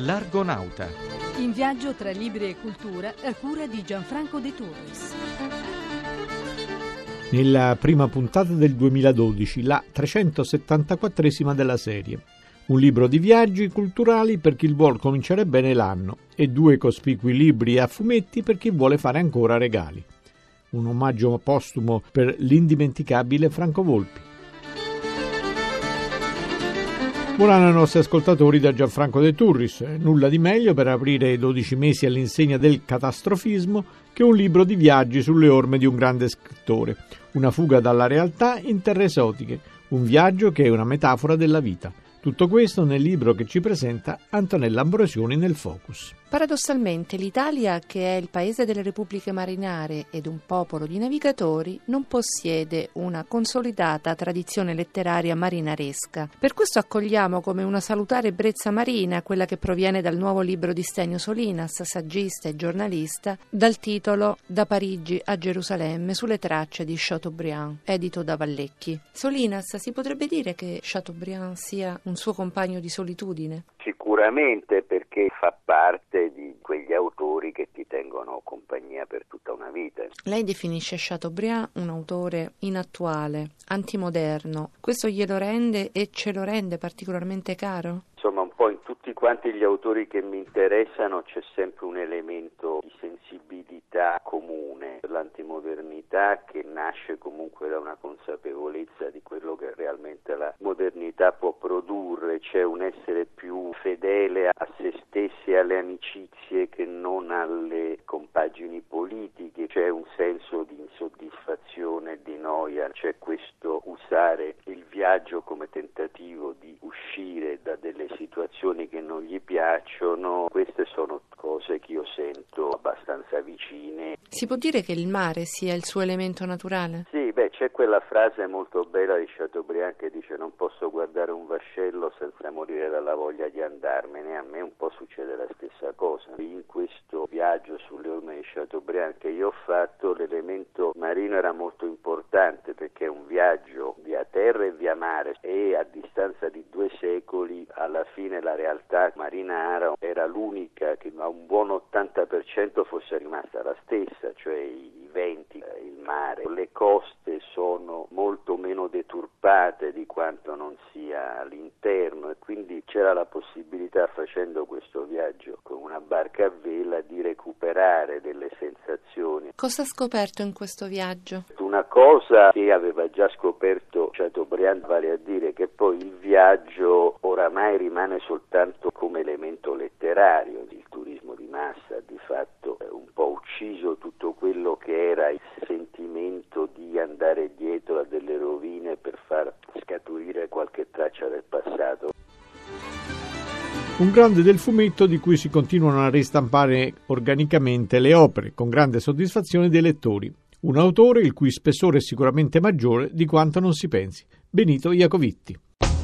L'Argonauta. In viaggio tra libri e cultura a cura di Gianfranco De Turris. Nella prima puntata del 2012, la 374esima della serie. Un libro di viaggi culturali per chi vuol cominciare bene l'anno e 2 cospicui libri a fumetti per chi vuole fare ancora regali. Un omaggio postumo per l'indimenticabile Franco Volpi. Buon anno ai nostri ascoltatori da Gianfranco De Turris. Nulla di meglio per aprire 12 mesi all'insegna del catastrofismo che un libro di viaggi sulle orme di un grande scrittore. Una fuga dalla realtà in terre esotiche. Un viaggio che è una metafora della vita. Tutto questo nel libro che ci presenta Antonella Ambrosioni nel Focus. Paradossalmente l'Italia, che è il paese delle repubbliche marinare ed un popolo di navigatori, non possiede una consolidata tradizione letteraria marinaresca. Per questo accogliamo come una salutare brezza marina quella che proviene dal nuovo libro di Stênio Solinas, saggista e giornalista, dal titolo Da Parigi a Gerusalemme sulle tracce di Chateaubriand, edito da Vallecchi. Solinas, si potrebbe dire che Chateaubriand sia un suo compagno di solitudine? Sicuramente, perché fa parte di quegli autori che ti tengono compagnia per tutta una vita. Lei definisce Chateaubriand un autore inattuale, antimoderno. Questo glielo rende e ce lo rende particolarmente caro? Insomma, un po' in tutti quanti gli autori che mi interessano c'è sempre un elemento di sensibilità comune, l'antimodernità che nasce comunque da una consapevolezza di quello che realmente la modernità può produrre, c'è un essere più fedele a se stessi e alle amicizie che non alle compagini politiche, c'è un senso di insoddisfazione e di noia, c'è questo usare il viaggio come tentativo di uscire da delle situazioni che non gli piacciono. Queste sono cose che io sento abbastanza vicine. Si può dire che il mare sia il suo elemento naturale? Sì, c'è quella frase molto bella di Chateaubriand che dice: non posso guardare un vascello senza morire dalla voglia di andarmene. A me un po' succede la stessa cosa. In questo viaggio sulle orme di Chateaubriand che io ho fatto, l'elemento marino era molto importante, perché è un viaggio via terra e via mare, e a distanza di 2 secoli alla fine la realtà marinara era l'unica che a un buon 80% fosse rimasta la stessa, cioè i venti, il mare, le coste sono molto meno deturpate di quanto non sia all'interno, e quindi c'era la possibilità, facendo questo viaggio con una barca a vela, di recuperare delle sensazioni. Cosa ha scoperto in questo viaggio? Una cosa che aveva già scoperto Chateaubriand, vale a dire che poi il viaggio oramai rimane soltanto come elemento letterario. Il turismo di massa di fatto è un po' ucciso tutto quello che era il sentimento di andare dietro a delle rovine per far scaturire qualche traccia del passato. Un grande del fumetto di cui si continuano a ristampare organicamente le opere, con grande soddisfazione dei lettori. Un autore il cui spessore è sicuramente maggiore di quanto non si pensi. Benito Iacovitti.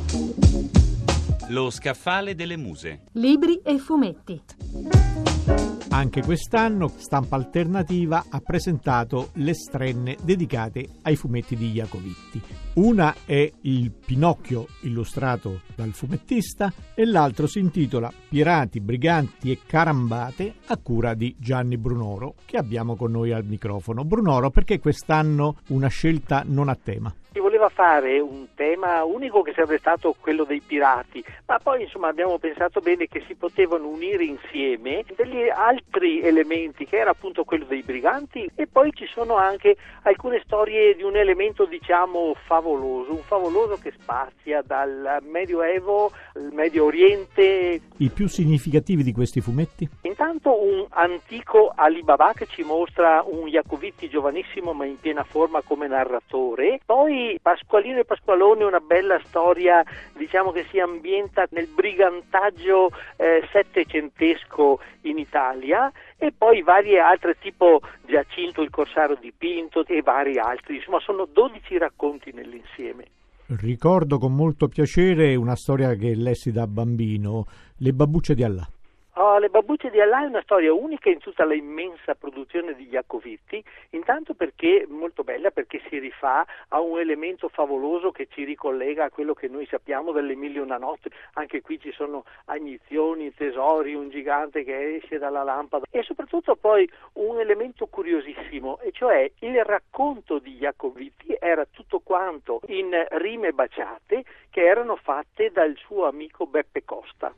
Lo scaffale delle muse. Libri e fumetti. Anche quest'anno Stampa Alternativa ha presentato le strenne dedicate ai fumetti di Iacovitti. Una è il Pinocchio illustrato dal fumettista e l'altro si intitola Pirati, Briganti e Carambate a cura di Gianni Brunoro, che abbiamo con noi al microfono. Brunoro, perché quest'anno una scelta non a tema? Si voleva fare un tema unico che sarebbe stato quello dei pirati, ma poi insomma abbiamo pensato bene che si potevano unire insieme degli altri elementi, che era appunto quello dei briganti, e poi ci sono anche alcune storie di un elemento diciamo favoloso, un favoloso che spazia dal Medioevo al Medio Oriente. I più significativi di questi fumetti? Intanto un antico Alibaba che ci mostra un Iacovitti giovanissimo ma in piena forma come narratore, poi Pasqualino e Pasqualone, una bella storia diciamo che si ambienta nel brigantaggio settecentesco in Italia, e poi varie altre tipo Giacinto il Corsaro dipinto e vari altri, insomma sono 12 racconti nell'insieme. Ricordo con molto piacere una storia che lessi da bambino, Le babbucce di Allah. Le Babbucce di Allah è una storia unica in tutta la immensa produzione di Jacovizzi, intanto perché molto bella, perché si rifà a un elemento favoloso che ci ricollega a quello che noi sappiamo delle Mille e una notti. Anche qui ci sono agnizioni, tesori, un gigante che esce dalla lampada e soprattutto poi un elemento curiosissimo, e cioè il racconto di Jacovizzi era tutto quanto in rime baciate che erano fatte dal suo amico Beppe Costa.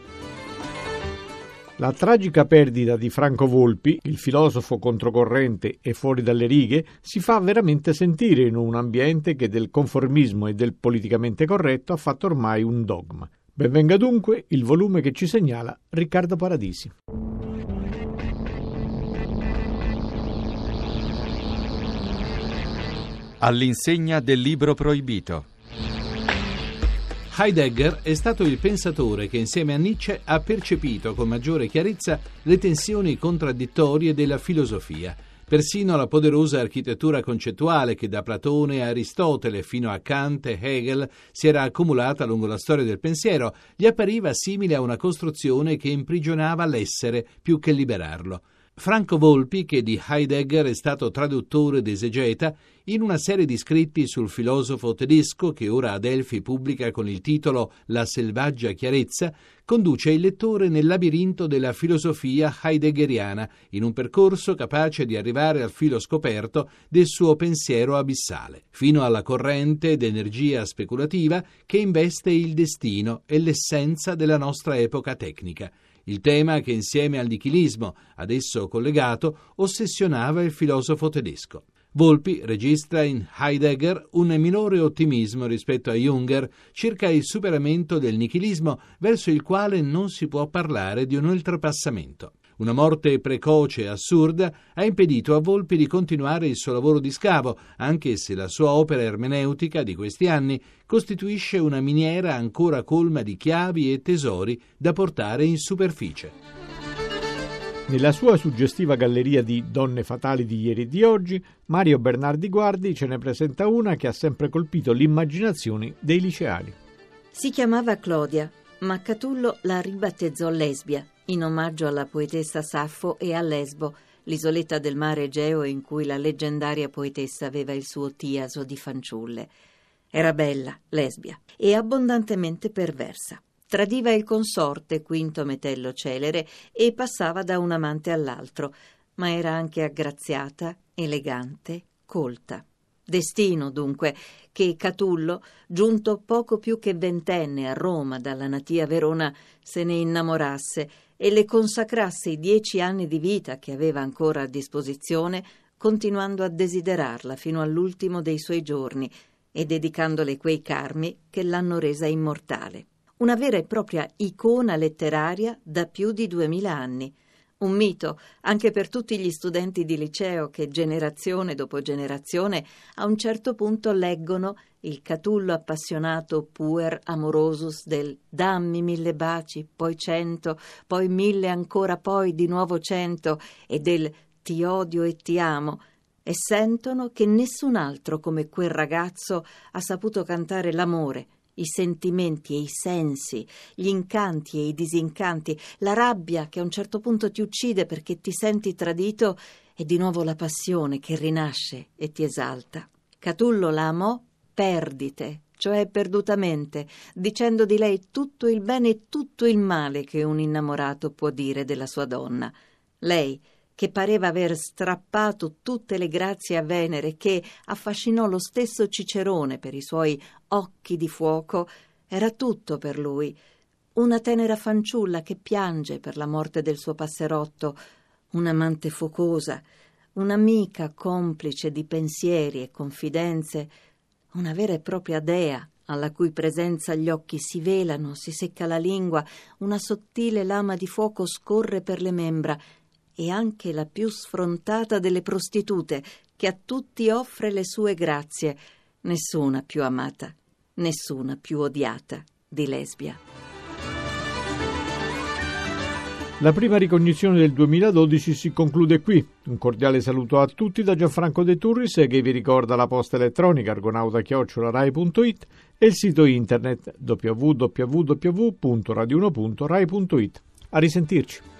La tragica perdita di Franco Volpi, il filosofo controcorrente e fuori dalle righe, si fa veramente sentire in un ambiente che del conformismo e del politicamente corretto ha fatto ormai un dogma. Benvenga dunque il volume che ci segnala Riccardo Paradisi. All'insegna del libro proibito. Heidegger è stato il pensatore che insieme a Nietzsche ha percepito con maggiore chiarezza le tensioni contraddittorie della filosofia. Persino la poderosa architettura concettuale che da Platone a Aristotele fino a Kant e Hegel si era accumulata lungo la storia del pensiero gli appariva simile a una costruzione che imprigionava l'essere più che liberarlo. Franco Volpi, che di Heidegger è stato traduttore ed esegeta, in una serie di scritti sul filosofo tedesco che ora Adelphi pubblica con il titolo La selvaggia chiarezza, conduce il lettore nel labirinto della filosofia heideggeriana, in un percorso capace di arrivare al filo scoperto del suo pensiero abissale, fino alla corrente d'energia speculativa che investe il destino e l'essenza della nostra epoca tecnica. Il tema che insieme al nichilismo, ad esso collegato, ossessionava il filosofo tedesco. Volpi registra in Heidegger un minore ottimismo rispetto a Junger circa il superamento del nichilismo verso il quale non si può parlare di un oltrepassamento. Una morte precoce e assurda ha impedito a Volpi di continuare il suo lavoro di scavo, anche se la sua opera ermeneutica di questi anni costituisce una miniera ancora colma di chiavi e tesori da portare in superficie. Nella sua suggestiva galleria di Donne fatali di ieri e di oggi, Mario Bernardi Guardi ce ne presenta una che ha sempre colpito l'immaginazione dei liceali. Si chiamava Clodia, ma Catullo la ribattezzò Lesbia, in omaggio alla poetessa Saffo e a Lesbo, l'isoletta del mare Egeo in cui la leggendaria poetessa aveva il suo tiaso di fanciulle. Era bella, Lesbia, e abbondantemente perversa. Tradiva il consorte, Quinto Metello Celere, e passava da un amante all'altro, ma era anche aggraziata, elegante, colta. Destino, dunque, che Catullo, giunto poco più che ventenne a Roma dalla natia Verona, se ne innamorasse e le consacrasse i 10 anni di vita che aveva ancora a disposizione, continuando a desiderarla fino all'ultimo dei suoi giorni e dedicandole quei carmi che l'hanno resa immortale. Una vera e propria icona letteraria da più di 2000 anni. Un mito anche per tutti gli studenti di liceo che generazione dopo generazione a un certo punto leggono il Catullo appassionato puer amorosus del dammi 1000 baci, poi 100, poi 1000 ancora, poi di nuovo 100 e del ti odio e ti amo, e sentono che nessun altro come quel ragazzo ha saputo cantare l'amore, i sentimenti e i sensi, gli incanti e i disincanti, la rabbia che a un certo punto ti uccide perché ti senti tradito e di nuovo la passione che rinasce e ti esalta. Catullo la amò perdite, cioè perdutamente, dicendo di lei tutto il bene e tutto il male che un innamorato può dire della sua donna. Lei, che pareva aver strappato tutte le grazie a Venere, che affascinò lo stesso Cicerone per i suoi occhi di fuoco, era tutto per lui. Una tenera fanciulla che piange per la morte del suo passerotto, un'amante focosa, un'amica complice di pensieri e confidenze, una vera e propria dea alla cui presenza gli occhi si velano, si secca la lingua, una sottile lama di fuoco scorre per le membra, e anche la più sfrontata delle prostitute, che a tutti offre le sue grazie, nessuna più amata, nessuna più odiata di Lesbia. La prima ricognizione del 2012 si conclude qui. Un cordiale saluto a tutti da Gianfranco De Turris, che vi ricorda la posta elettronica argonauta@rai.it e il sito internet www.radio1.rai.it. A risentirci.